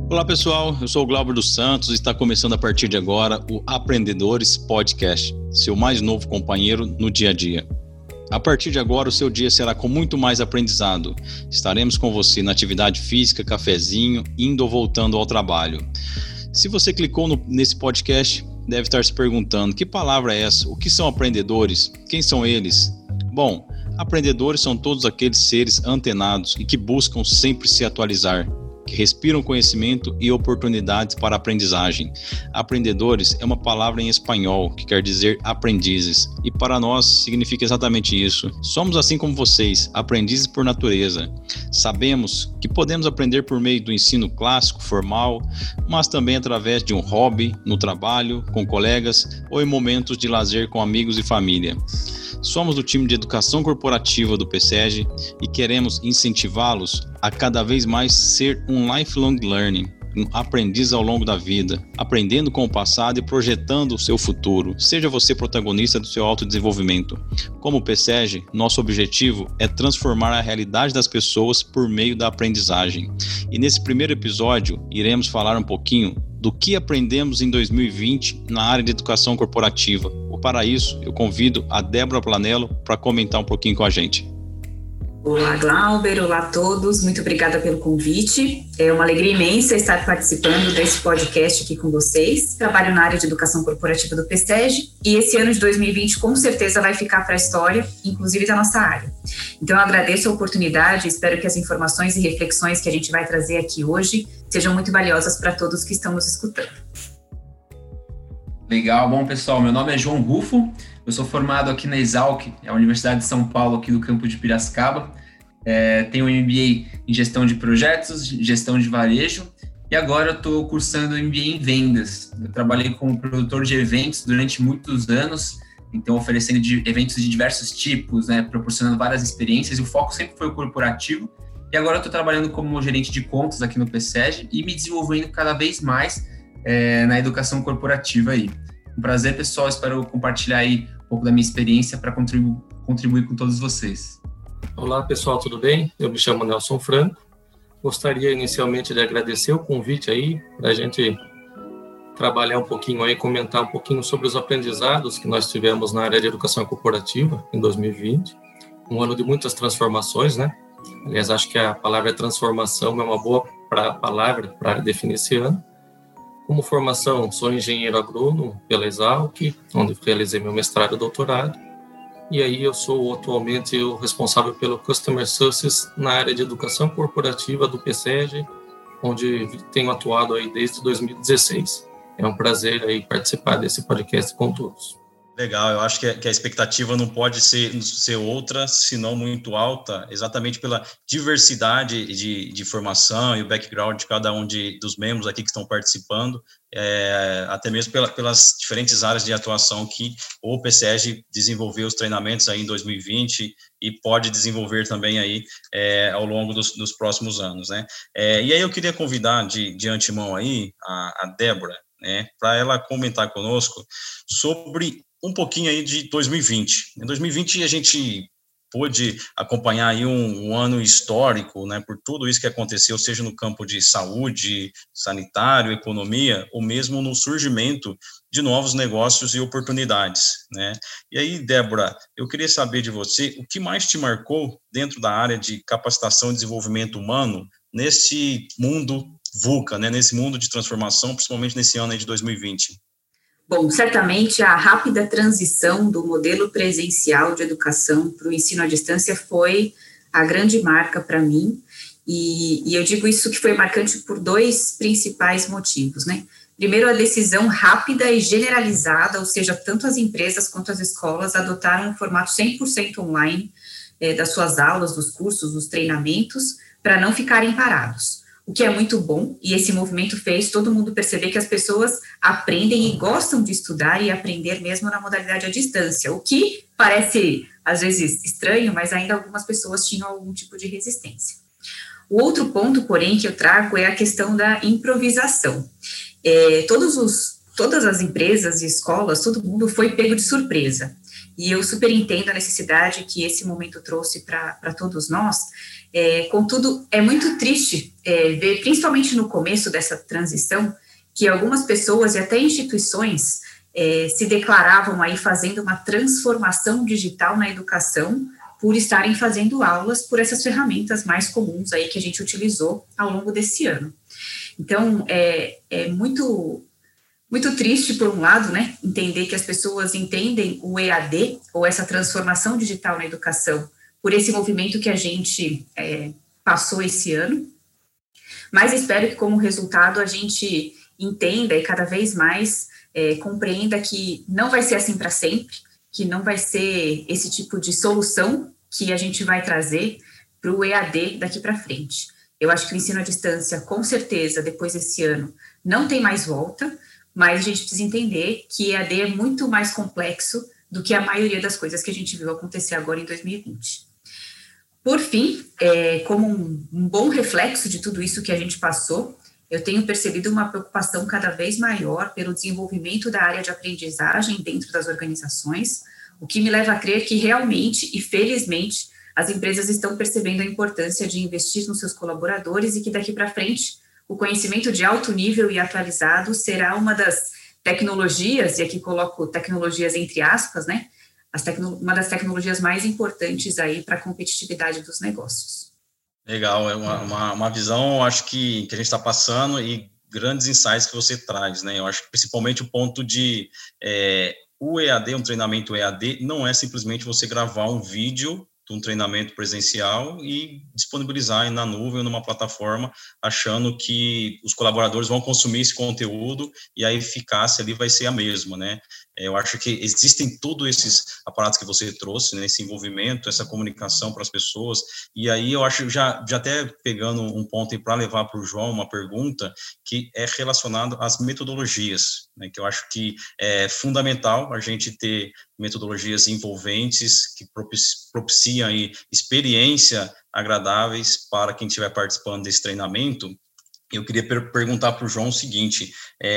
Olá pessoal, eu sou o Glauber dos Santos e está começando a partir de agora o Aprendedores Podcast, seu mais novo companheiro no dia a dia. A partir de agora o seu dia será com muito mais aprendizado. Estaremos com você na atividade física, cafezinho, indo ou voltando ao trabalho. Se você clicou nesse podcast, deve estar se perguntando: que palavra é essa? O que são aprendedores? Quem são eles? Bom, aprendedores são todos aqueles seres antenados e que buscam sempre se atualizar, que respiram conhecimento e oportunidades para a aprendizagem. Aprendedores é uma palavra em espanhol que quer dizer aprendizes, e para nós significa exatamente isso. Somos assim como vocês, aprendizes por natureza. Sabemos que podemos aprender por meio do ensino clássico, formal, mas também através de um hobby, no trabalho, com colegas ou em momentos de lazer com amigos e família. Somos do time de educação corporativa do PSEG e queremos incentivá-los a cada vez mais ser um lifelong learning, um aprendiz ao longo da vida, aprendendo com o passado e projetando o seu futuro. Seja você protagonista do seu autodesenvolvimento. Como PSEG, nosso objetivo é transformar a realidade das pessoas por meio da aprendizagem. E nesse primeiro episódio, iremos falar um pouquinho do que aprendemos em 2020 na área de educação corporativa. Para isso, eu convido a Débora Planello para comentar um pouquinho com a gente. Olá, Glauber. Olá a todos. Muito obrigada pelo convite. É uma alegria imensa estar participando desse podcast aqui com vocês. Trabalho na área de educação corporativa do PSEG e esse ano de 2020 com certeza vai ficar para a história, inclusive da nossa área. Então eu agradeço a oportunidade e espero que as informações e reflexões que a gente vai trazer aqui hoje sejam muito valiosas para todos que estão nos escutando. Legal, bom pessoal, meu nome é João Rufo, eu sou formado aqui na Exalc, a Universidade de São Paulo, aqui do campo de Piracicaba, tenho um MBA em gestão de projetos, gestão de varejo, e agora eu estou cursando MBA em vendas. Eu trabalhei como produtor de eventos durante muitos anos, então oferecendo eventos de diversos tipos, proporcionando várias experiências, e o foco sempre foi o corporativo, e agora eu estou trabalhando como gerente de contas aqui no PSEG e me desenvolvendo cada vez mais na educação corporativa aí. Um prazer, pessoal, espero compartilhar aí um pouco da minha experiência para contribuir com todos vocês. Olá, pessoal, tudo bem? Eu me chamo Nelson Franco. Gostaria inicialmente de agradecer o convite aí para a gente trabalhar um pouquinho aí, comentar um pouquinho sobre os aprendizados que nós tivemos na área de educação corporativa em 2020. Um ano de muitas transformações, né? Aliás, acho que a palavra transformação é uma boa palavra para definir esse ano. Como formação, sou engenheiro agrônomo pela Exalc, onde realizei meu mestrado e doutorado. E aí eu sou atualmente o responsável pelo Customer Success na área de educação corporativa do PSEG, onde tenho atuado aí desde 2016. É um prazer aí participar desse podcast com todos. Legal, eu acho que a expectativa não pode ser outra, senão muito alta, exatamente pela diversidade de formação e o background de cada um dos membros aqui que estão participando, até mesmo pelas diferentes áreas de atuação que o PSEG desenvolveu os treinamentos aí em 2020 e pode desenvolver também aí ao longo dos próximos anos, né? E aí eu queria convidar de antemão aí a Débora, né, para ela comentar conosco sobre um pouquinho aí de 2020. Em 2020 a gente pôde acompanhar aí um ano histórico, né, por tudo isso que aconteceu, seja no campo de saúde, sanitário, economia, ou mesmo no surgimento de novos negócios e oportunidades, né? E aí, Débora, eu queria saber de você, o que mais te marcou dentro da área de capacitação e desenvolvimento humano nesse mundo VUCA, né, nesse mundo de transformação, principalmente nesse ano aí de 2020? Bom, certamente a rápida transição do modelo presencial de educação para o ensino à distância foi a grande marca para mim, e eu digo isso que foi marcante por dois principais motivos, né? Primeiro, a decisão rápida e generalizada, ou seja, tanto as empresas quanto as escolas adotaram um formato 100% online das suas aulas, dos cursos, dos treinamentos, para não ficarem parados. O que é muito bom, e esse movimento fez todo mundo perceber que as pessoas aprendem e gostam de estudar e aprender mesmo na modalidade à distância, o que parece, às vezes, estranho, mas ainda algumas pessoas tinham algum tipo de resistência. O outro ponto, porém, que eu trago é a questão da improvisação. Todas as empresas e escolas, todo mundo foi pego de surpresa. e eu super entendo a necessidade que esse momento trouxe para todos nós. Contudo, é muito triste ver, principalmente no começo dessa transição, que algumas pessoas e até instituições se declaravam aí fazendo uma transformação digital na educação por estarem fazendo aulas por essas ferramentas mais comuns aí que a gente utilizou ao longo desse ano. Então, é muito triste, por um lado, né, entender que as pessoas entendem o EAD, ou essa transformação digital na educação, por esse movimento que a gente passou esse ano, mas espero que, como resultado, a gente entenda e cada vez mais compreenda que não vai ser assim para sempre, que não vai ser esse tipo de solução que a gente vai trazer para o EAD daqui para frente. Eu acho que o ensino à distância, com certeza, depois desse ano, não tem mais volta, mas a gente precisa entender que EAD é muito mais complexo do que a maioria das coisas que a gente viu acontecer agora em 2020. Por fim, como um bom reflexo de tudo isso que a gente passou, eu tenho percebido uma preocupação cada vez maior pelo desenvolvimento da área de aprendizagem dentro das organizações, o que me leva a crer que realmente e felizmente as empresas estão percebendo a importância de investir nos seus colaboradores e que daqui para frente o conhecimento de alto nível e atualizado será uma das tecnologias, e aqui coloco tecnologias entre aspas, né, uma das tecnologias mais importantes aí para a competitividade dos negócios. Legal, é uma visão, acho que a gente está passando e grandes insights que você traz, né? Eu acho que principalmente o ponto de o EAD, um treinamento EAD, não é simplesmente você gravar um vídeo de um treinamento presencial e disponibilizar aí na nuvem ou numa plataforma, achando que os colaboradores vão consumir esse conteúdo e a eficácia ali vai ser a mesma, né? Eu acho que existem todos esses aparatos que você trouxe, né, esse envolvimento, essa comunicação para as pessoas, e aí eu acho, já até pegando um ponto para levar para o João uma pergunta, que é relacionado às metodologias, né, que eu acho que é fundamental a gente ter metodologias envolventes, que propiciam aí experiência agradáveis para quem estiver participando desse treinamento. Eu queria perguntar para o João o seguinte,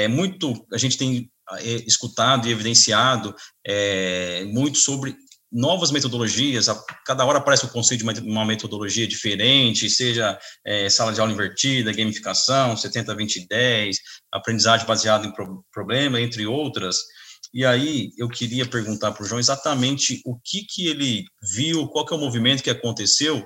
a gente tem escutado e evidenciado muito sobre novas metodologias, cada hora aparece o conceito de uma metodologia diferente, seja sala de aula invertida, gamificação, 70-20-10, aprendizagem baseada em problema, entre outras. E aí eu queria perguntar para o João exatamente o que ele viu, qual que é o movimento que aconteceu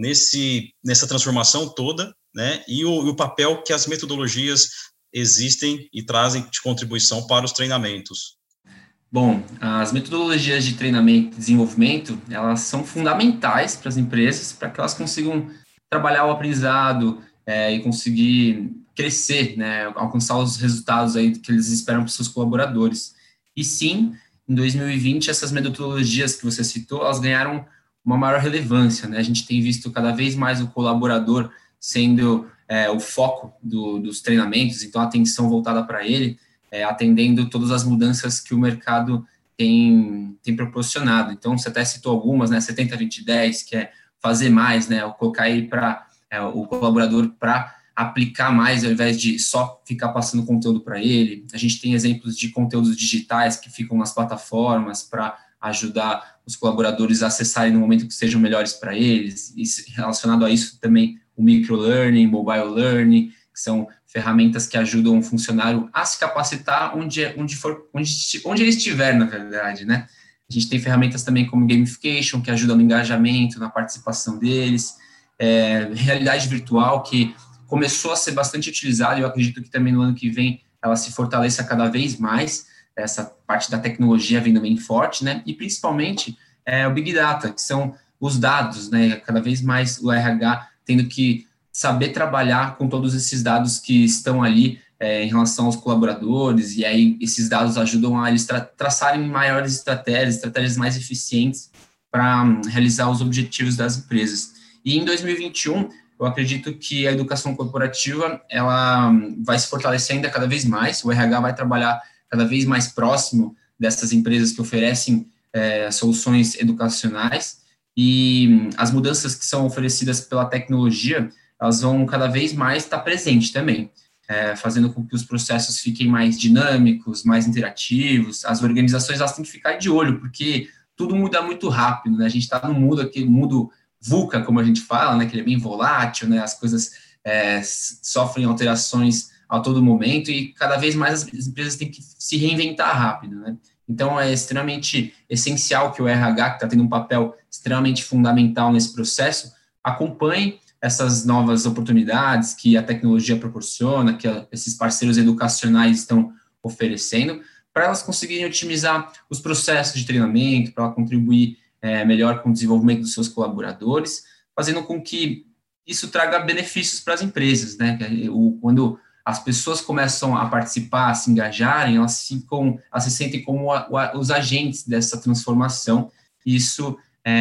nessa transformação toda, né, e o papel que as metodologias existem e trazem de contribuição para os treinamentos. Bom, as metodologias de treinamento e desenvolvimento, elas são fundamentais para as empresas, para que elas consigam trabalhar o aprendizado e conseguir crescer, né, alcançar os resultados aí que eles esperam para os seus colaboradores. E sim, em 2020, essas metodologias que você citou, elas ganharam uma maior relevância, né? A gente tem visto cada vez mais o colaborador sendo o foco dos treinamentos, então a atenção voltada para ele, atendendo todas as mudanças que o mercado tem proporcionado. Então, você até citou algumas, né, 70-20-10, que é fazer mais, né, colocar aí para o colaborador para aplicar mais, ao invés de só ficar passando conteúdo para ele. A gente tem exemplos de conteúdos digitais que ficam nas plataformas para ajudar os colaboradores a acessarem no momento que sejam melhores para eles, e relacionado a isso também o microlearning, mobile learning, que são ferramentas que ajudam o funcionário a se capacitar onde ele estiver, na verdade, né? A gente tem ferramentas também como gamification, que ajudam no engajamento, na participação deles, realidade virtual, que começou a ser bastante utilizada, e eu acredito que também no ano que vem ela se fortaleça cada vez mais, essa parte da tecnologia vindo bem forte, né? E principalmente o Big Data, que são os dados, né? Cada vez mais o RH tendo que saber trabalhar com todos esses dados que estão ali em relação aos colaboradores, e aí esses dados ajudam a eles traçarem maiores estratégias mais eficientes para realizar os objetivos das empresas. E em 2021, eu acredito que a educação corporativa ela vai se fortalecer ainda cada vez mais, o RH vai trabalhar cada vez mais próximo dessas empresas que oferecem soluções educacionais, e as mudanças que são oferecidas pela tecnologia, elas vão cada vez mais estar presentes também, fazendo com que os processos fiquem mais dinâmicos, mais interativos. As organizações elas têm que ficar de olho, porque tudo muda muito rápido, né? A gente está num mundo VUCA, como a gente fala, né? Que ele é bem volátil, né? As coisas sofrem alterações a todo momento e cada vez mais as empresas têm que se reinventar rápido, né? Então, é extremamente essencial que o RH, que está tendo um papel extremamente fundamental nesse processo, acompanhe essas novas oportunidades que a tecnologia proporciona, que esses parceiros educacionais estão oferecendo, para elas conseguirem otimizar os processos de treinamento, para ela contribuir melhor com o desenvolvimento dos seus colaboradores, fazendo com que isso traga benefícios para as empresas, né? Quando as pessoas começam a participar, a se engajarem, elas se sentem como os agentes dessa transformação. Isso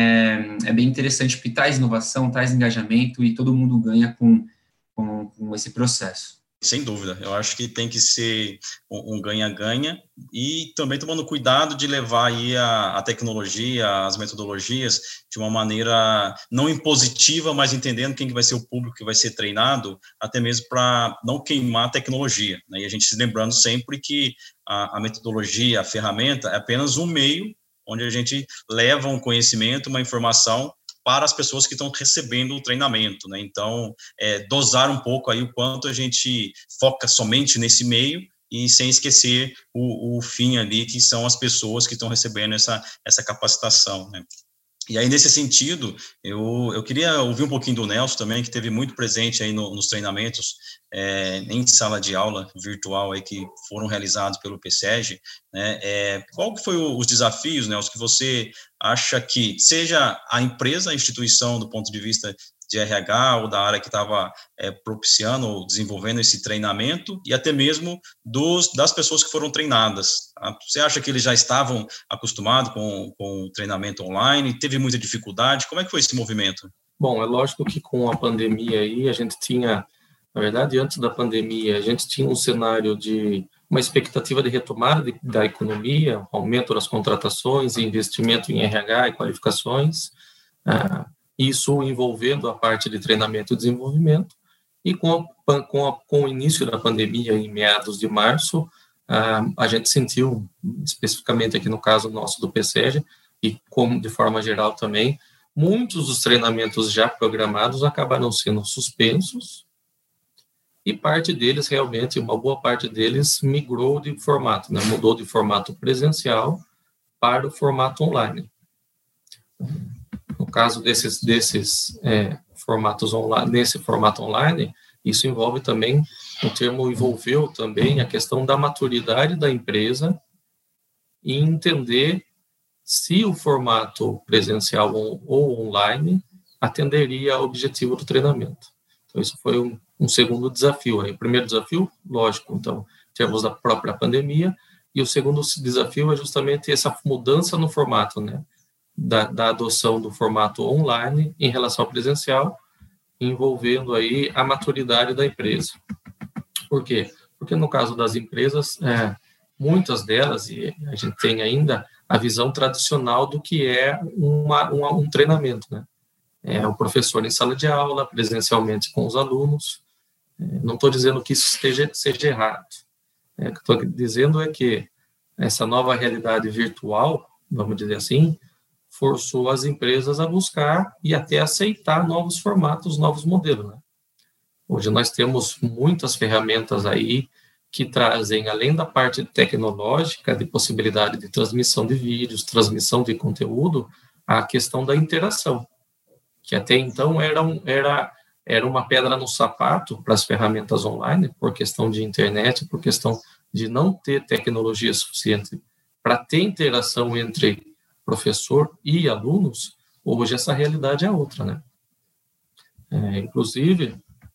é bem interessante, porque traz inovação, traz engajamento e todo mundo ganha com esse processo. Sem dúvida, eu acho que tem que ser um ganha-ganha e também tomando cuidado de levar aí a tecnologia, as metodologias de uma maneira não impositiva, mas entendendo quem que vai ser o público que vai ser treinado, até mesmo para não queimar a tecnologia, né? E a gente se lembrando sempre que a metodologia, a ferramenta é apenas um meio onde a gente leva um conhecimento, uma informação para as pessoas que estão recebendo o treinamento, né? Então, dosar um pouco aí o quanto a gente foca somente nesse meio e sem esquecer o fim ali, que são as pessoas que estão recebendo essa capacitação, né? E aí, nesse sentido, eu queria ouvir um pouquinho do Nelson também, que teve muito presente aí nos treinamentos em sala de aula virtual aí que foram realizados pelo PSEG, né? Qual que foi os desafios, Nelson, que você acha que, seja a empresa, a instituição, do ponto de vista de RH ou da área que estava propiciando ou desenvolvendo esse treinamento, e até mesmo das pessoas que foram treinadas? Você acha que eles já estavam acostumados com o treinamento online? Teve muita dificuldade? Como é que foi esse movimento? Bom, é lógico que com a pandemia aí, a gente tinha, na verdade, antes da pandemia, a gente tinha um cenário de uma expectativa de retomada da economia, aumento das contratações, investimento em RH e qualificações, isso envolvendo a parte de treinamento e desenvolvimento, e com o início da pandemia, em meados de março, a gente sentiu, especificamente aqui no caso nosso do PSEG, e como de forma geral também, muitos dos treinamentos já programados acabaram sendo suspensos, e parte deles, realmente, uma boa parte deles migrou de formato, né? Mudou de formato presencial para o formato online. No caso desses formatos online, nesse formato online, isso envolve também, envolveu também a questão da maturidade da empresa e entender se o formato presencial ou online atenderia ao objetivo do treinamento. Então, isso foi um segundo desafio. Aí, o primeiro desafio, lógico, então, em termos da própria pandemia, e o segundo desafio é justamente essa mudança no formato, né? Da adoção do formato online em relação ao presencial, envolvendo aí a maturidade da empresa. Por quê? Porque no caso das empresas, muitas delas, e a gente tem ainda a visão tradicional do que é um treinamento, né? O professor em sala de aula, presencialmente com os alunos. Não estou dizendo que isso seja errado. O que estou dizendo é que essa nova realidade virtual, vamos dizer assim, forçou as empresas a buscar e até aceitar novos formatos, novos modelos, né? Hoje nós temos muitas ferramentas aí que trazem, além da parte tecnológica, de possibilidade de transmissão de vídeos, transmissão de conteúdo, a questão da interação, que até então era uma pedra no sapato para as ferramentas online, por questão de internet, por questão de não ter tecnologia suficiente para ter interação entre professor e alunos. Hoje essa realidade é outra, né? Inclusive,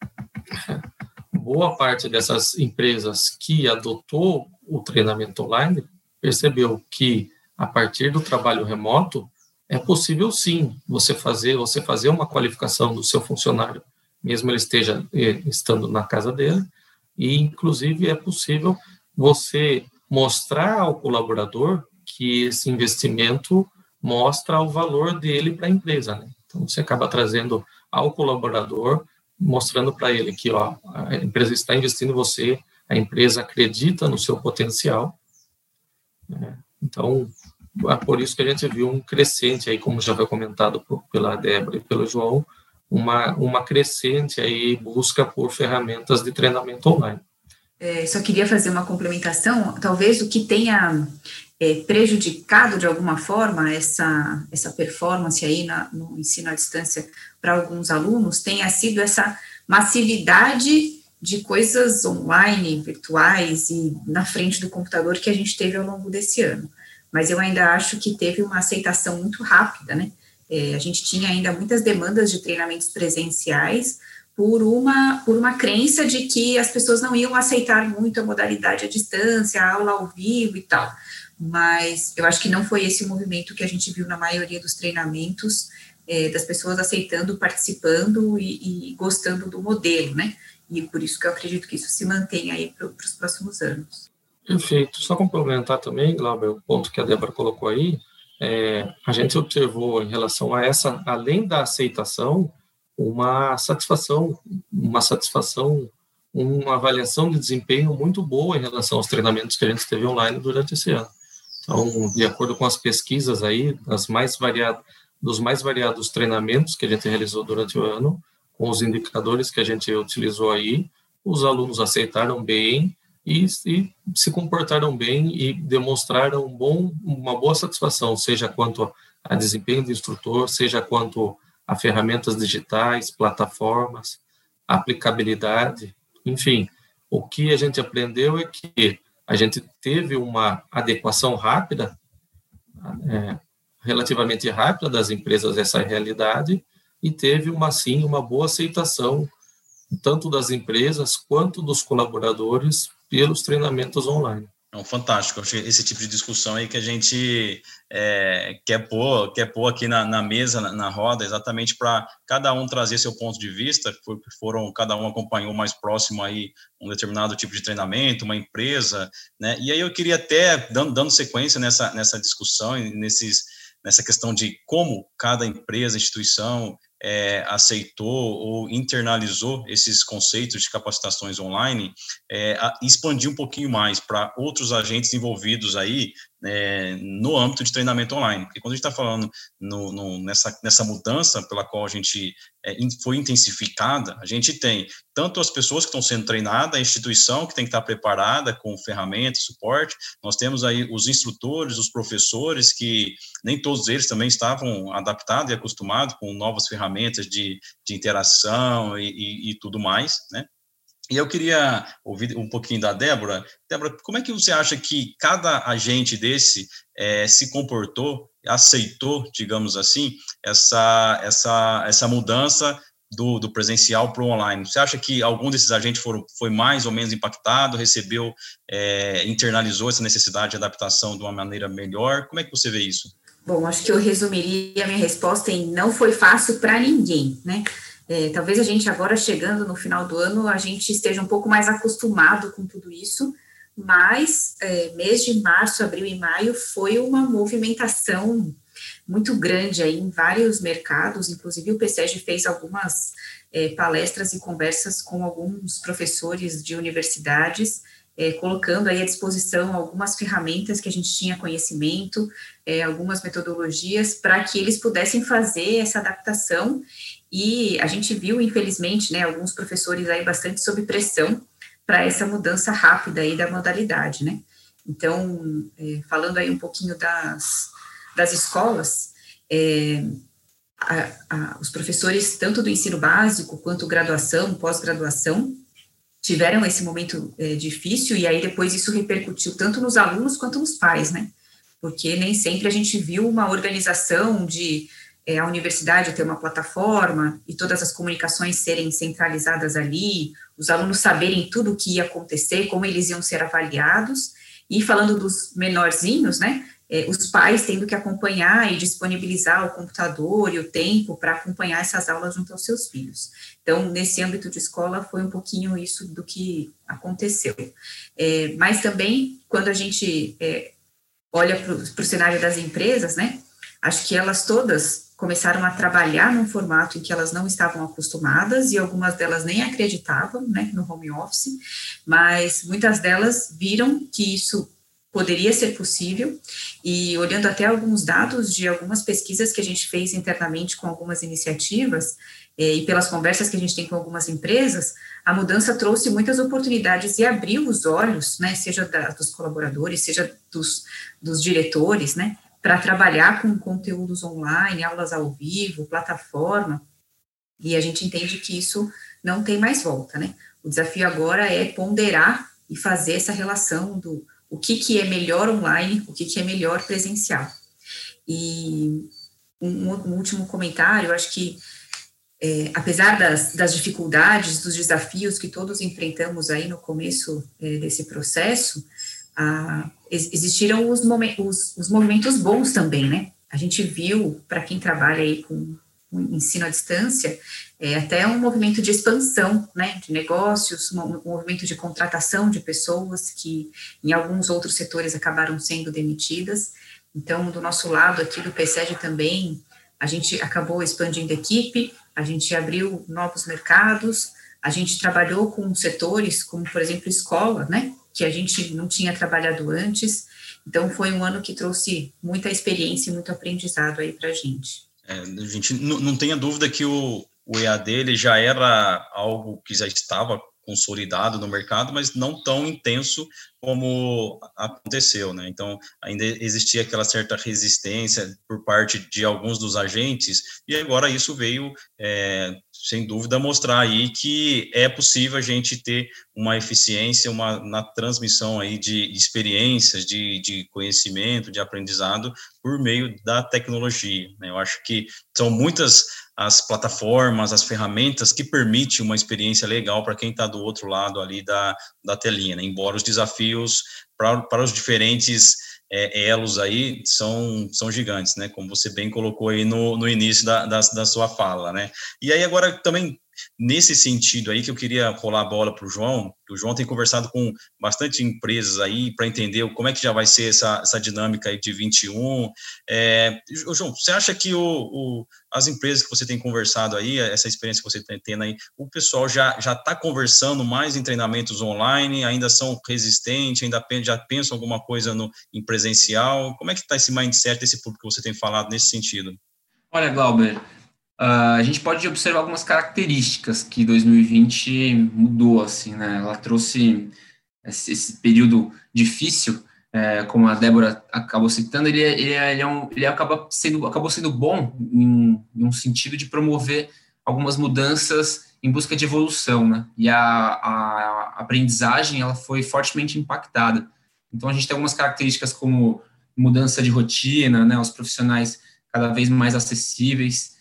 boa parte dessas empresas que adotou o treinamento online percebeu que, a partir do trabalho remoto, é possível sim você fazer uma qualificação do seu funcionário, mesmo ele estando na casa dele, e inclusive é possível você mostrar ao colaborador que esse investimento mostra o valor dele para a empresa, né? Então, você acaba trazendo ao colaborador, mostrando para ele que a empresa está investindo em você, a empresa acredita no seu potencial, né? Então, por isso que a gente viu um crescente aí, como já foi comentado pela Débora e pelo João, uma crescente aí busca por ferramentas de treinamento online. Só queria fazer uma complementação, talvez o que tenha prejudicado de alguma forma essa performance aí no ensino à distância para alguns alunos tenha sido essa massividade de coisas online, virtuais e na frente do computador que a gente teve ao longo desse ano. Mas eu ainda acho que teve uma aceitação muito rápida, né? A gente tinha ainda muitas demandas de treinamentos presenciais por uma crença de que as pessoas não iam aceitar muito a modalidade à distância, a aula ao vivo e tal. Mas eu acho que não foi esse o movimento que a gente viu na maioria dos treinamentos, das pessoas aceitando, participando e gostando do modelo, né? E por isso que eu acredito que isso se mantém aí para os próximos anos. Perfeito. Só complementar também, Glauber, o ponto que a Débora colocou aí, a gente observou em relação a essa, além da aceitação, uma satisfação, uma avaliação de desempenho muito boa em relação aos treinamentos que a gente teve online durante esse ano. Então, de acordo com as pesquisas aí, dos mais variados treinamentos que a gente realizou durante o ano, com os indicadores que a gente utilizou aí, os alunos aceitaram bem e se comportaram bem e demonstraram uma boa satisfação, seja quanto a desempenho do instrutor, seja quanto a ferramentas digitais, plataformas, aplicabilidade, enfim. O que a gente aprendeu é que a gente teve uma adequação rápida, relativamente rápida das empresas a essa realidade, e teve, uma boa aceitação, tanto das empresas quanto dos colaboradores, pelos treinamentos online. Fantástico, acho que esse tipo de discussão aí que a gente quer pôr aqui na mesa, na roda, exatamente para cada um trazer seu ponto de vista, cada um acompanhou mais próximo aí um determinado tipo de treinamento, uma empresa, né? E aí eu queria até, dando sequência nessa discussão, nessa questão de como cada empresa, instituição aceitou ou internalizou esses conceitos de capacitações online, expandir um pouquinho mais para outros agentes envolvidos aí no âmbito de treinamento online. Porque quando a gente está falando nessa mudança pela qual a gente foi intensificada, a gente tem tanto as pessoas que estão sendo treinadas, a instituição que tem que estar preparada com ferramentas, suporte, nós temos aí os instrutores, os professores, que nem todos eles também estavam adaptados e acostumados com novas ferramentas de interação e tudo mais, né? E eu queria ouvir um pouquinho da Débora. Débora, como é que você acha que cada agente desse se comportou, aceitou, digamos assim, essa mudança do presencial para o online? Você acha que algum desses agentes foi mais ou menos impactado, internalizou essa necessidade de adaptação de uma maneira melhor? Como é que você vê isso? Bom, acho que eu resumiria a minha resposta em não foi fácil para ninguém, né? Talvez a gente agora, chegando no final do ano, a gente esteja um pouco mais acostumado com tudo isso, mas mês de março, abril e maio foi uma movimentação muito grande aí em vários mercados, inclusive o PSEG fez algumas palestras e conversas com alguns professores de universidades, colocando aí à disposição algumas ferramentas que a gente tinha conhecimento, algumas metodologias para que eles pudessem fazer essa adaptação. E a gente viu, infelizmente, né, alguns professores aí bastante sob pressão para essa mudança rápida aí da modalidade, né? Então, falando aí um pouquinho das escolas, os professores, tanto do ensino básico quanto graduação, pós-graduação, tiveram esse momento difícil, e aí depois isso repercutiu tanto nos alunos quanto nos pais, né? Porque nem sempre a gente viu uma organização de a universidade ter uma plataforma e todas as comunicações serem centralizadas ali, os alunos saberem tudo o que ia acontecer, como eles iam ser avaliados, e falando dos menorzinhos, né, os pais tendo que acompanhar e disponibilizar o computador e o tempo para acompanhar essas aulas junto aos seus filhos. Então, nesse âmbito de escola, foi um pouquinho isso do que aconteceu. Mas também, quando a gente olha para o cenário das empresas, né, acho que elas todas começaram a trabalhar num formato em que elas não estavam acostumadas, e algumas delas nem acreditavam, né, no home office, mas muitas delas viram que isso poderia ser possível, e olhando até alguns dados de algumas pesquisas que a gente fez internamente com algumas iniciativas, e pelas conversas que a gente tem com algumas empresas, a mudança trouxe muitas oportunidades e abriu os olhos, né, seja dos colaboradores, seja dos diretores, né, para trabalhar com conteúdos online, aulas ao vivo, plataforma, e a gente entende que isso não tem mais volta, né. O desafio agora é ponderar e fazer essa relação do o que é melhor online, o que é melhor presencial. E um último comentário, eu acho que, apesar das dificuldades, dos desafios que todos enfrentamos aí no começo desse processo, existiram os movimentos bons também, né? A gente viu, para quem trabalha aí com ensino à distância, até um movimento de expansão, né, de negócios, um movimento de contratação de pessoas que em alguns outros setores acabaram sendo demitidas. Então, do nosso lado aqui do PSEG também, a gente acabou expandindo a equipe, a gente abriu novos mercados, a gente trabalhou com setores como, por exemplo, escola, né, que a gente não tinha trabalhado antes. Então, foi um ano que trouxe muita experiência e muito aprendizado aí para a gente. A gente não tenha dúvida que o EAD ele já era algo que já estava consolidado no mercado, mas não tão intenso como aconteceu, né? Então, ainda existia aquela certa resistência por parte de alguns dos agentes, e agora isso veio, sem dúvida, mostrar aí que é possível a gente ter uma eficiência, na transmissão aí de experiências, de conhecimento, de aprendizado, por meio da tecnologia, né? Eu acho que são muitas as plataformas, as ferramentas que permitem uma experiência legal para quem está do outro lado ali da telinha, né? Embora os desafios para os diferentes elos aí são gigantes, né? Como você bem colocou aí no início da sua fala, né? E aí agora também, nesse sentido aí que eu queria rolar a bola para o João, que o João tem conversado com bastante empresas aí para entender como é que já vai ser essa dinâmica aí de 21. João, você acha que as empresas que você tem conversado aí, essa experiência que você está tendo aí, o pessoal já está conversando mais em treinamentos online, ainda são resistentes, já pensam alguma coisa em presencial? Como é que está esse mindset, esse público que você tem falado nesse sentido? Olha, Glauber, a gente pode observar algumas características que 2020 mudou, assim, né? Ela trouxe esse período difícil, como a Débora acabou citando, ele acabou sendo bom em um sentido de promover algumas mudanças em busca de evolução, né? E a aprendizagem, ela foi fortemente impactada. Então, a gente tem algumas características como mudança de rotina, né? Os profissionais cada vez mais acessíveis,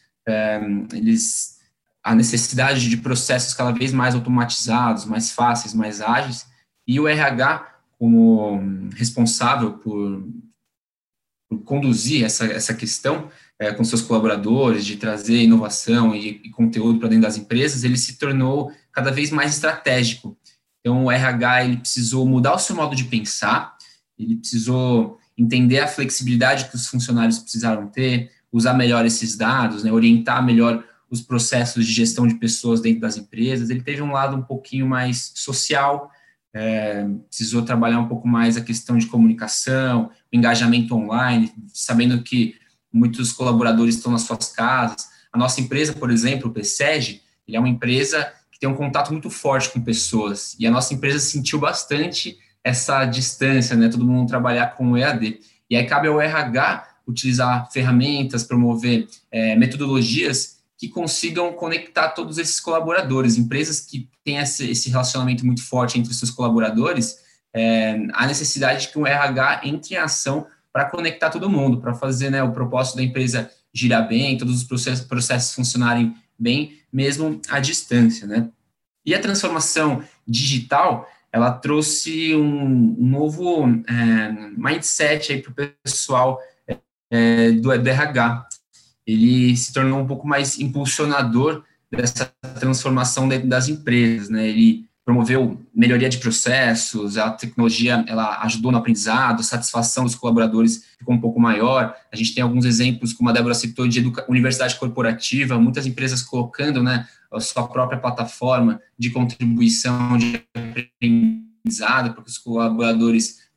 a necessidade de processos cada vez mais automatizados, mais fáceis, mais ágeis, e o RH como responsável por conduzir essa questão com seus colaboradores, de trazer inovação e conteúdo para dentro das empresas, ele se tornou cada vez mais estratégico. Então, o RH ele precisou mudar o seu modo de pensar, ele precisou entender a flexibilidade que os funcionários precisaram ter, usar melhor esses dados, né, orientar melhor os processos de gestão de pessoas dentro das empresas. Ele teve um lado um pouquinho mais social, precisou trabalhar um pouco mais a questão de comunicação, o engajamento online, sabendo que muitos colaboradores estão nas suas casas. A nossa empresa, por exemplo, o PSEG, ele é uma empresa que tem um contato muito forte com pessoas, e a nossa empresa sentiu bastante essa distância, né, todo mundo trabalhar com o EAD. E aí cabe ao RH utilizar ferramentas, promover metodologias que consigam conectar todos esses colaboradores. Empresas que têm esse relacionamento muito forte entre os seus colaboradores, há necessidade de que o RH entre em ação para conectar todo mundo, para fazer, né, o propósito da empresa girar bem, todos os processos funcionarem bem, mesmo à distância, né? E a transformação digital, ela trouxe um novo mindset aí para o pessoal do RH. Ele se tornou um pouco mais impulsionador dessa transformação dentro das empresas, né? Ele promoveu melhoria de processos, a tecnologia ela ajudou no aprendizado, a satisfação dos colaboradores ficou um pouco maior. A gente tem alguns exemplos, como a Débora citou, de universidade corporativa, muitas empresas colocando, né, a sua própria plataforma de contribuição de aprendizado para que os colaboradores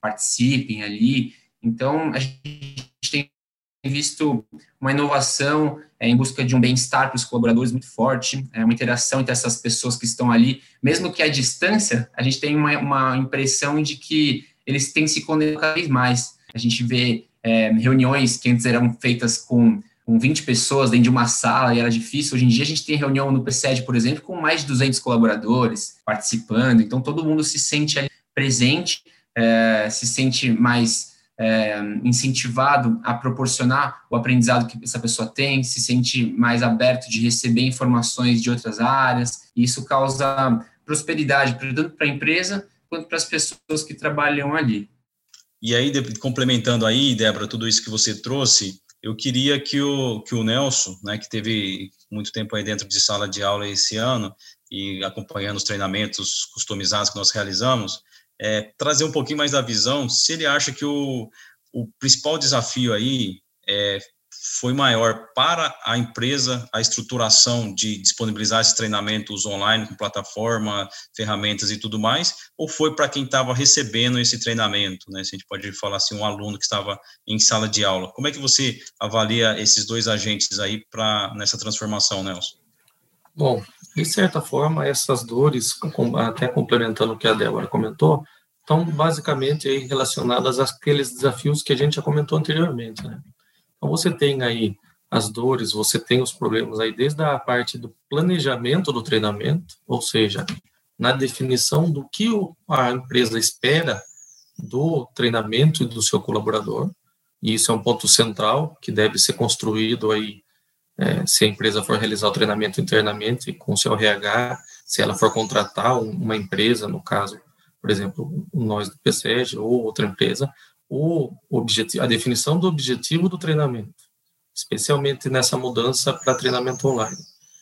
participem ali. Então, a gente tem visto uma inovação em busca de um bem-estar para os colaboradores muito forte, uma interação entre essas pessoas que estão ali, mesmo que à distância, a gente tem uma impressão de que eles têm se conectado cada vez mais. A gente vê reuniões que antes eram feitas com 20 pessoas dentro de uma sala e era difícil. Hoje em dia a gente tem reunião no PSED, por exemplo, com mais de 200 colaboradores participando, então todo mundo se sente ali presente, se sente mais incentivado a proporcionar o aprendizado que essa pessoa tem, se sente mais aberto de receber informações de outras áreas, e isso causa prosperidade tanto para a empresa quanto para as pessoas que trabalham ali. E aí, complementando aí, Débora, tudo isso que você trouxe, eu queria que o Nelson, né, que teve muito tempo aí dentro de sala de aula esse ano e acompanhando os treinamentos customizados que nós realizamos, trazer um pouquinho mais da visão, se ele acha que o principal desafio aí foi maior para a empresa, a estruturação de disponibilizar esses treinamentos online, com plataforma, ferramentas e tudo mais, ou foi para quem estava recebendo esse treinamento, né? Se a gente pode falar assim, um aluno que estava em sala de aula. Como é que você avalia esses dois agentes aí nessa transformação, Nelson? Bom, de certa forma, essas dores, até complementando o que a Débora comentou, estão basicamente aí relacionadas àqueles desafios que a gente já comentou anteriormente, né? Então, você tem aí as dores, você tem os problemas aí desde a parte do planejamento do treinamento, ou seja, na definição do que a empresa espera do treinamento e do seu colaborador, e isso é um ponto central que deve ser construído aí, se a empresa for realizar o treinamento internamente com o seu RH, se ela for contratar uma empresa, no caso, por exemplo, nós do PSEG ou outra empresa, a definição do objetivo do treinamento, especialmente nessa mudança para treinamento online.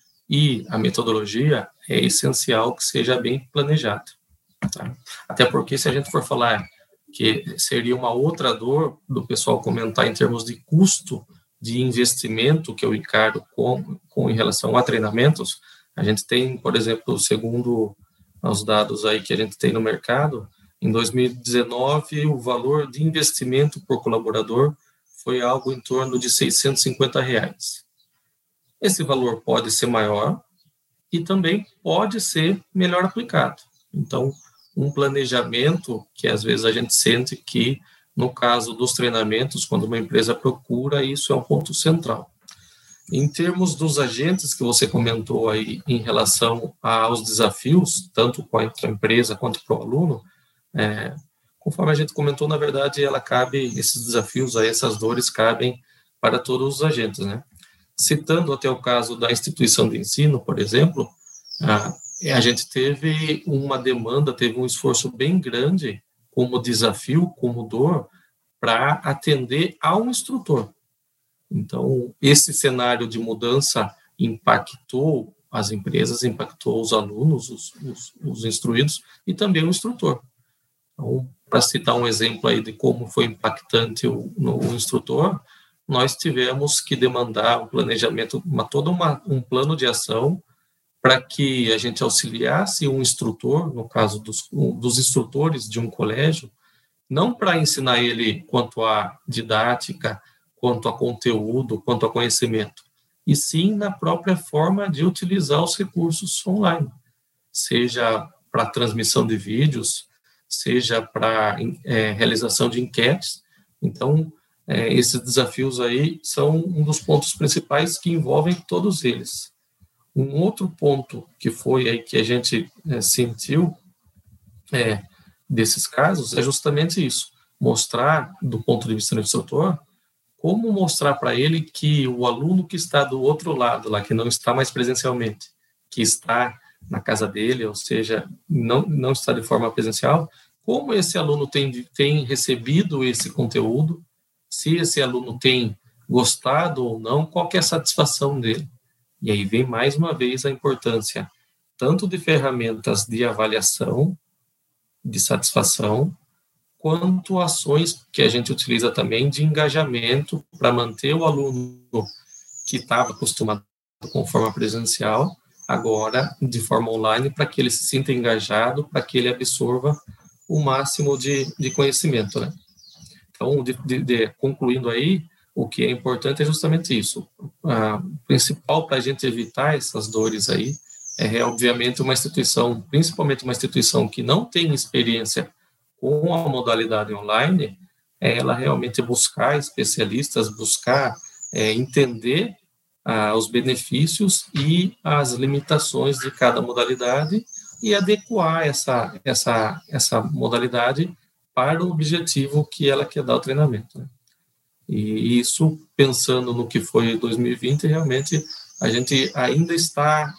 E a metodologia é essencial que seja bem planejada. Tá? Até porque se a gente for falar que seria uma outra dor do pessoal comentar em termos de custo de investimento que eu encaro em relação a treinamentos, a gente tem, por exemplo, segundo os dados aí que a gente tem no mercado, em 2019, o valor de investimento por colaborador foi algo em torno de R$650. Esse valor pode ser maior e também pode ser melhor aplicado. Então, um planejamento que às vezes a gente sente que, no caso dos treinamentos, quando uma empresa procura, isso é um ponto central. Em termos dos agentes que você comentou aí em relação aos desafios, tanto com a empresa quanto para o aluno, conforme a gente comentou, na verdade, esses desafios, aí, essas dores cabem para todos os agentes, né? Citando até o caso da instituição de ensino, por exemplo, a gente teve uma demanda, teve um esforço bem grande como desafio, como dor, para atender ao instrutor. Então, esse cenário de mudança impactou as empresas, impactou os alunos, os instruídos e também o instrutor. Então, para citar um exemplo aí de como foi impactante no instrutor, nós tivemos que demandar um planejamento, um plano de ação para que a gente auxiliasse um instrutor, no caso dos instrutores de um colégio, não para ensinar ele quanto à didática, quanto a conteúdo, quanto a conhecimento, e sim na própria forma de utilizar os recursos online, seja para transmissão de vídeos, seja para realização de enquetes. Então, esses desafios aí são um dos pontos principais que envolvem todos eles. Um outro ponto que foi aí que a gente sentiu desses casos é justamente isso, mostrar, do ponto de vista do instrutor, como mostrar para ele que o aluno que está do outro lado, lá, que não está mais presencialmente, que está na casa dele, ou seja, não está de forma presencial, como esse aluno tem recebido esse conteúdo, se esse aluno tem gostado ou não, qual que é a satisfação dele. E aí vem mais uma vez a importância tanto de ferramentas de avaliação, de satisfação, quanto ações que a gente utiliza também de engajamento para manter o aluno que estava acostumado com forma presencial, agora de forma online, para que ele se sinta engajado, para que ele absorva o máximo de conhecimento, né? Então, concluindo aí, o que é importante é justamente isso. O principal para a gente evitar essas dores aí obviamente, uma instituição, principalmente uma instituição que não tem experiência com a modalidade online, ela realmente buscar especialistas, buscar entender os benefícios e as limitações de cada modalidade e adequar essa modalidade para o objetivo que ela quer dar ao treinamento, né? E isso, pensando no que foi 2020, realmente a gente ainda está,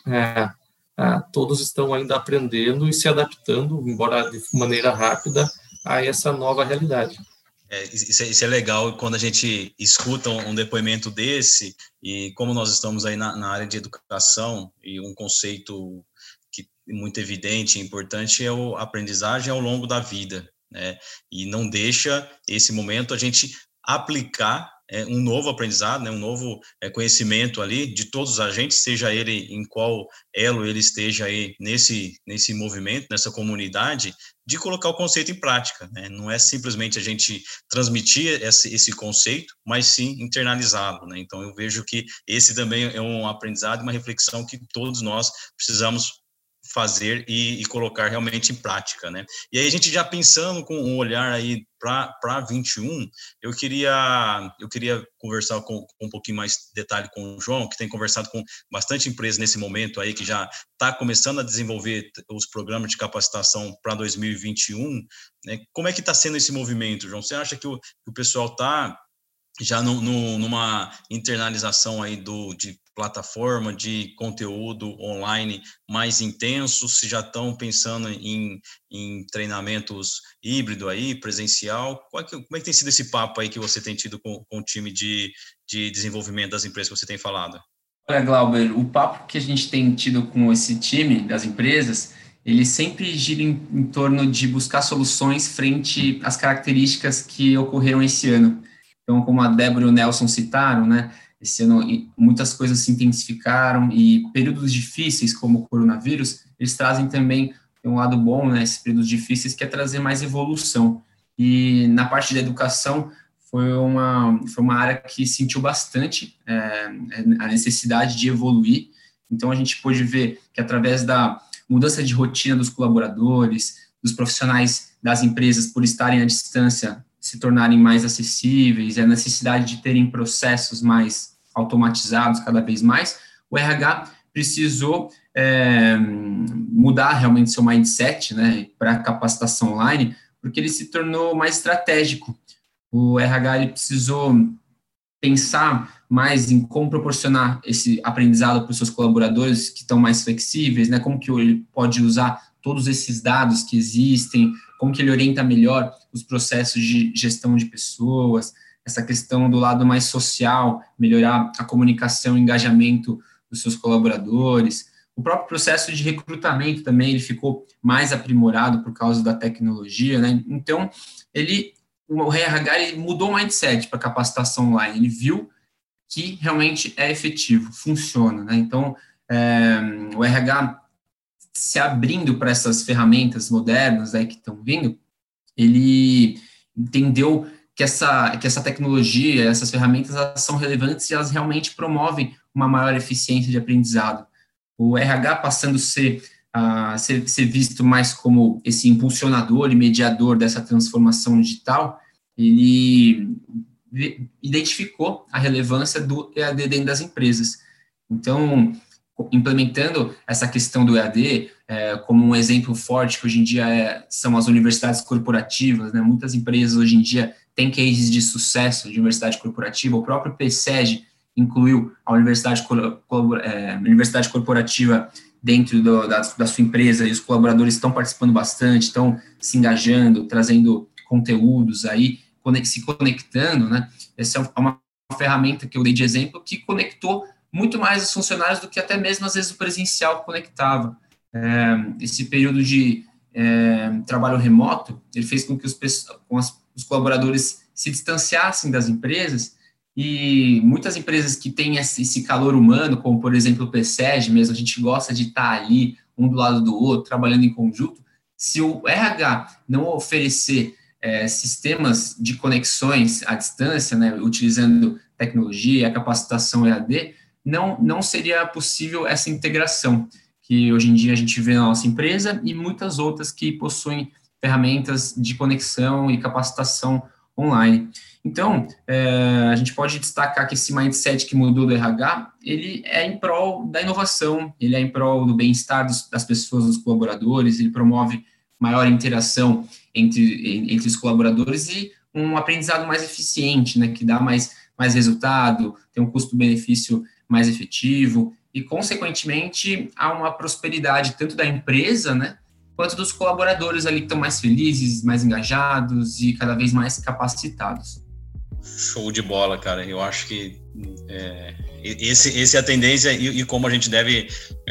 todos estão ainda aprendendo e se adaptando, embora de maneira rápida, a essa nova realidade. Isso é legal quando a gente escuta um depoimento desse, e como nós estamos aí na área de educação, e um conceito que é muito evidente e importante é a aprendizagem ao longo da vida, né? E não deixa esse momento a gente aplicar um novo aprendizado, né, um novo conhecimento ali de todos os agentes, seja ele em qual elo ele esteja aí nesse movimento, nessa comunidade, de colocar o conceito em prática, né? Não é simplesmente a gente transmitir esse conceito, mas sim internalizá-lo, né? Então eu vejo que esse também é um aprendizado, uma reflexão que todos nós precisamos fazer e colocar realmente em prática, né? E aí a gente já pensando com um olhar aí para 21, eu queria conversar com um pouquinho mais detalhe com o João, que tem conversado com bastante empresa nesse momento aí, que já está começando a desenvolver os programas de capacitação para 2021, né? Como é que está sendo esse movimento, João? Você acha que o pessoal está já numa internalização aí de plataforma, de conteúdo online mais intenso, se já estão pensando em treinamentos híbrido aí, presencial? Como é que tem sido esse papo aí que você tem tido com o time de desenvolvimento das empresas que você tem falado? Olha, Glauber, o papo que a gente tem tido com esse time das empresas, ele sempre gira em torno de buscar soluções frente às características que ocorreram esse ano. Então, como a Débora e o Nelson citaram, né, esse ano muitas coisas se intensificaram e períodos difíceis, como o coronavírus, eles trazem também um lado bom, né, esses períodos difíceis, que é trazer mais evolução. E na parte da educação, foi uma área que sentiu bastante a necessidade de evoluir. Então, a gente pôde ver que, através da mudança de rotina dos colaboradores, dos profissionais das empresas, por estarem à distância, se tornarem mais acessíveis, a necessidade de terem processos mais automatizados cada vez mais, o RH precisou mudar realmente seu mindset, né, para a capacitação online, porque ele se tornou mais estratégico. O RH ele precisou pensar mais em como proporcionar esse aprendizado para os seus colaboradores que estão mais flexíveis, né, como que ele pode usar todos esses dados que existem, como que ele orienta melhor os processos de gestão de pessoas, essa questão do lado mais social, melhorar a comunicação e engajamento dos seus colaboradores. O próprio processo de recrutamento também, ele ficou mais aprimorado por causa da tecnologia, né? Então, o RH ele mudou o mindset para capacitação online, ele viu que realmente é efetivo, funciona, né? Então, o RH se abrindo para essas ferramentas modernas aí que estão vindo, ele entendeu que essa tecnologia, essas ferramentas, elas são relevantes e elas realmente promovem uma maior eficiência de aprendizado. O RH passando a ser visto mais como esse impulsionador e mediador dessa transformação digital, ele identificou a relevância do EAD dentro das empresas. Então, implementando essa questão do EAD, como um exemplo forte que hoje em dia são as universidades corporativas, né? Muitas empresas hoje em dia têm cases de sucesso de universidade corporativa. O próprio PSEG incluiu a universidade corporativa dentro da sua empresa, e os colaboradores estão participando bastante, estão se engajando, trazendo conteúdos aí, se conectando, né? Essa é uma ferramenta que eu dei de exemplo que conectou muito mais os funcionários do que até mesmo, às vezes, o presencial conectava. Esse período de trabalho remoto, ele fez com que os colaboradores se distanciassem das empresas, e muitas empresas que têm esse calor humano, como, por exemplo, o PSEG mesmo, a gente gosta de estar ali, um do lado do outro, trabalhando em conjunto, Se o RH não oferecer sistemas de conexões à distância, né, utilizando tecnologia, capacitação EAD, não seria possível essa integração que hoje em dia a gente vê na nossa empresa e muitas outras que possuem ferramentas de conexão e capacitação online. Então, a gente pode destacar que esse mindset que mudou do RH, ele é em prol da inovação, ele é em prol do bem-estar das pessoas, dos colaboradores, ele promove maior interação entre os colaboradores e um aprendizado mais eficiente, né, que dá mais resultado, tem um custo-benefício mais efetivo e, consequentemente, há uma prosperidade tanto da empresa, né, quanto dos colaboradores ali que estão mais felizes, mais engajados e cada vez mais capacitados. Show de bola, cara. Eu acho que esse é a tendência e como a gente deve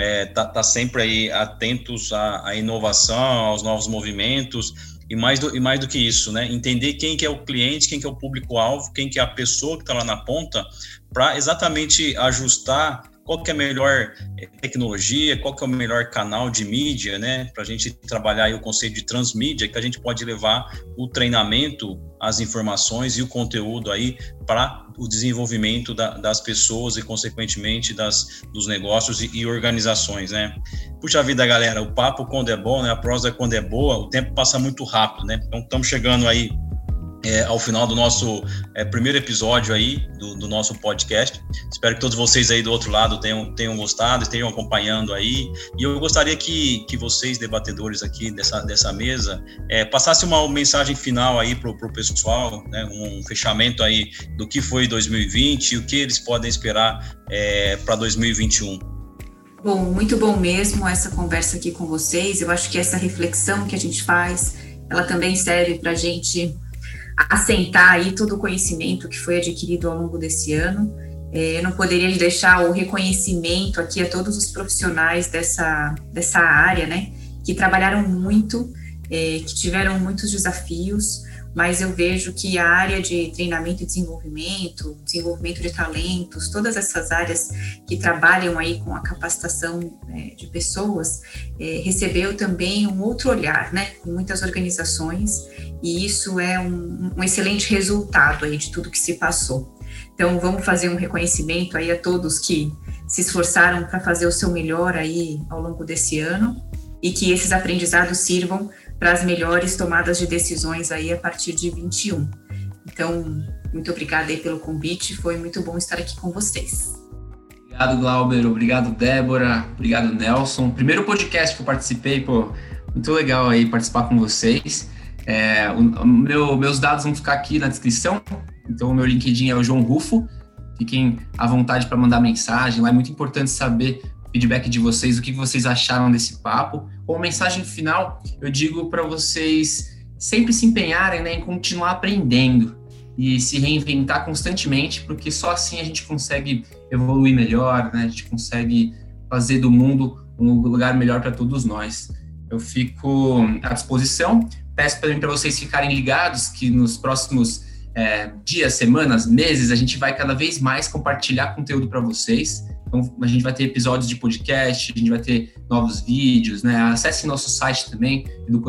tá sempre aí atentos à inovação, aos novos movimentos e mais do que isso, né? Entender quem que é o cliente, quem que é o público-alvo, quem que é a pessoa que está lá na ponta, para exatamente ajustar qual que é a melhor tecnologia, qual que é o melhor canal de mídia, né, para a gente trabalhar aí o conceito de transmídia, que a gente pode levar o treinamento, as informações e o conteúdo aí para o desenvolvimento das pessoas e, consequentemente, dos negócios e organizações, né. Puxa vida, galera, o papo quando é bom, né, a prosa quando é boa, o tempo passa muito rápido, né, então estamos chegando aí ao final do nosso primeiro episódio aí do nosso podcast. Espero que todos vocês aí do outro lado tenham gostado, estejam acompanhando aí. E eu gostaria que vocês, debatedores aqui dessa mesa, passassem uma mensagem final aí pro pessoal, né, um fechamento aí do que foi 2020 e o que eles podem esperar para 2021. Bom, muito bom mesmo essa conversa aqui com vocês. Eu acho que essa reflexão que a gente faz, ela também serve para a gente assentar aí todo o conhecimento que foi adquirido ao longo desse ano. Eu não poderia deixar o reconhecimento aqui a todos os profissionais dessa área, né, que trabalharam muito, que tiveram muitos desafios, mas eu vejo que a área de treinamento e desenvolvimento de talentos, todas essas áreas que trabalham aí com a capacitação de pessoas, recebeu também um outro olhar, né, em muitas organizações, e isso é um excelente resultado aí de tudo que se passou. Então, vamos fazer um reconhecimento aí a todos que se esforçaram para fazer o seu melhor aí ao longo desse ano, e que esses aprendizados sirvam para as melhores tomadas de decisões aí a partir de 21. Então, muito obrigada aí pelo convite, foi muito bom estar aqui com vocês. Obrigado, Glauber, obrigado, Débora, obrigado, Nelson. Primeiro podcast que eu participei, muito legal aí participar com vocês. Meus dados vão ficar aqui na descrição, então o meu LinkedIn é o João Rufo, fiquem à vontade para mandar mensagem, lá é muito importante saber o feedback de vocês, o que vocês acharam desse papo. Como mensagem final, eu digo para vocês sempre se empenharem, né, em continuar aprendendo e se reinventar constantemente, porque só assim a gente consegue evoluir melhor, né, a gente consegue fazer do mundo um lugar melhor para todos nós. Eu fico à disposição, peço também para vocês ficarem ligados que nos próximos dias, semanas, meses, a gente vai cada vez mais compartilhar conteúdo para vocês. Então, a gente vai ter episódios de podcast, a gente vai ter novos vídeos, né? Acesse nosso site também,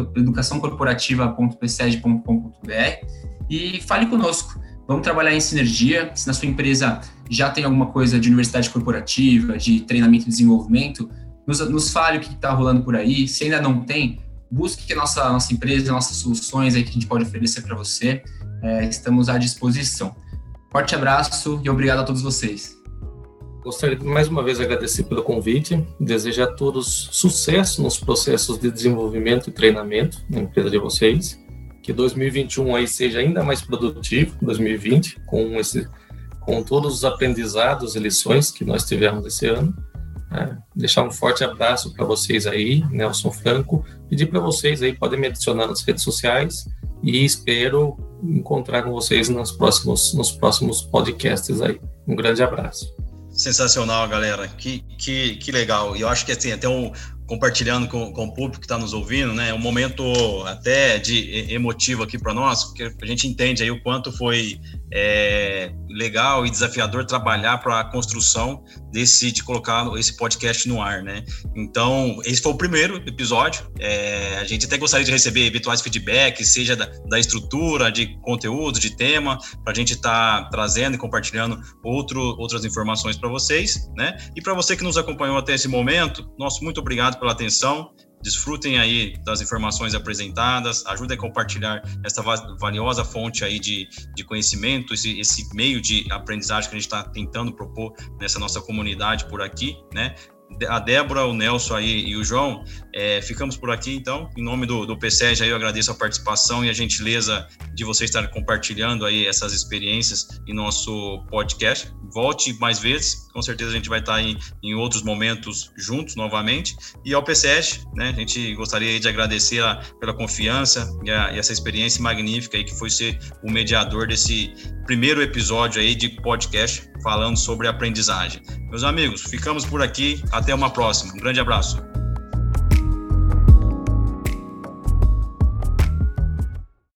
educaçãocorporativa.pseg.com.br e fale conosco. Vamos trabalhar em sinergia. Se na sua empresa já tem alguma coisa de universidade corporativa, de treinamento e desenvolvimento, nos fale o que está rolando por aí. Se ainda não tem, busque a nossa empresa, nossas soluções aí que a gente pode oferecer para você. Estamos à disposição. Forte abraço e obrigado a todos vocês. Gostaria de mais uma vez agradecer pelo convite, desejar a todos sucesso nos processos de desenvolvimento e treinamento na empresa de vocês, que 2021 aí seja ainda mais produtivo, 2020, com todos os aprendizados e lições que nós tivemos esse ano. Deixar um forte abraço para vocês aí, Nelson Franco, pedir para vocês aí, podem me adicionar nas redes sociais e espero encontrar com vocês nos próximos podcasts aí. Um grande abraço. Sensacional, galera, que legal. E eu acho que assim, até compartilhando com o público que está nos ouvindo, né, um momento até de emotivo aqui para nós, porque a gente entende aí o quanto foi legal e desafiador trabalhar para a construção de colocar esse podcast no ar, né? Então, esse foi o primeiro episódio. A gente até gostaria de receber eventuais feedbacks, seja da estrutura, de conteúdo, de tema, para a gente estar trazendo e compartilhando outras informações para vocês, né? E para você que nos acompanhou até esse momento, nosso muito obrigado pela atenção. Desfrutem aí das informações apresentadas, ajudem a compartilhar essa valiosa fonte aí de conhecimento, esse meio de aprendizagem que a gente está tentando propor nessa nossa comunidade por aqui, né? A Débora, o Nelson aí e o João, ficamos por aqui, então, em nome do PSEG, aí eu agradeço a participação e a gentileza de vocês estarem compartilhando aí essas experiências em nosso podcast. Volte mais vezes, com certeza a gente vai estar aí em outros momentos juntos novamente. E ao PSEG, né, a gente gostaria de agradecer pela confiança e essa experiência magnífica aí que foi ser o mediador desse primeiro episódio aí de podcast falando sobre aprendizagem. Meus amigos, ficamos por aqui. Até uma próxima. Um grande abraço.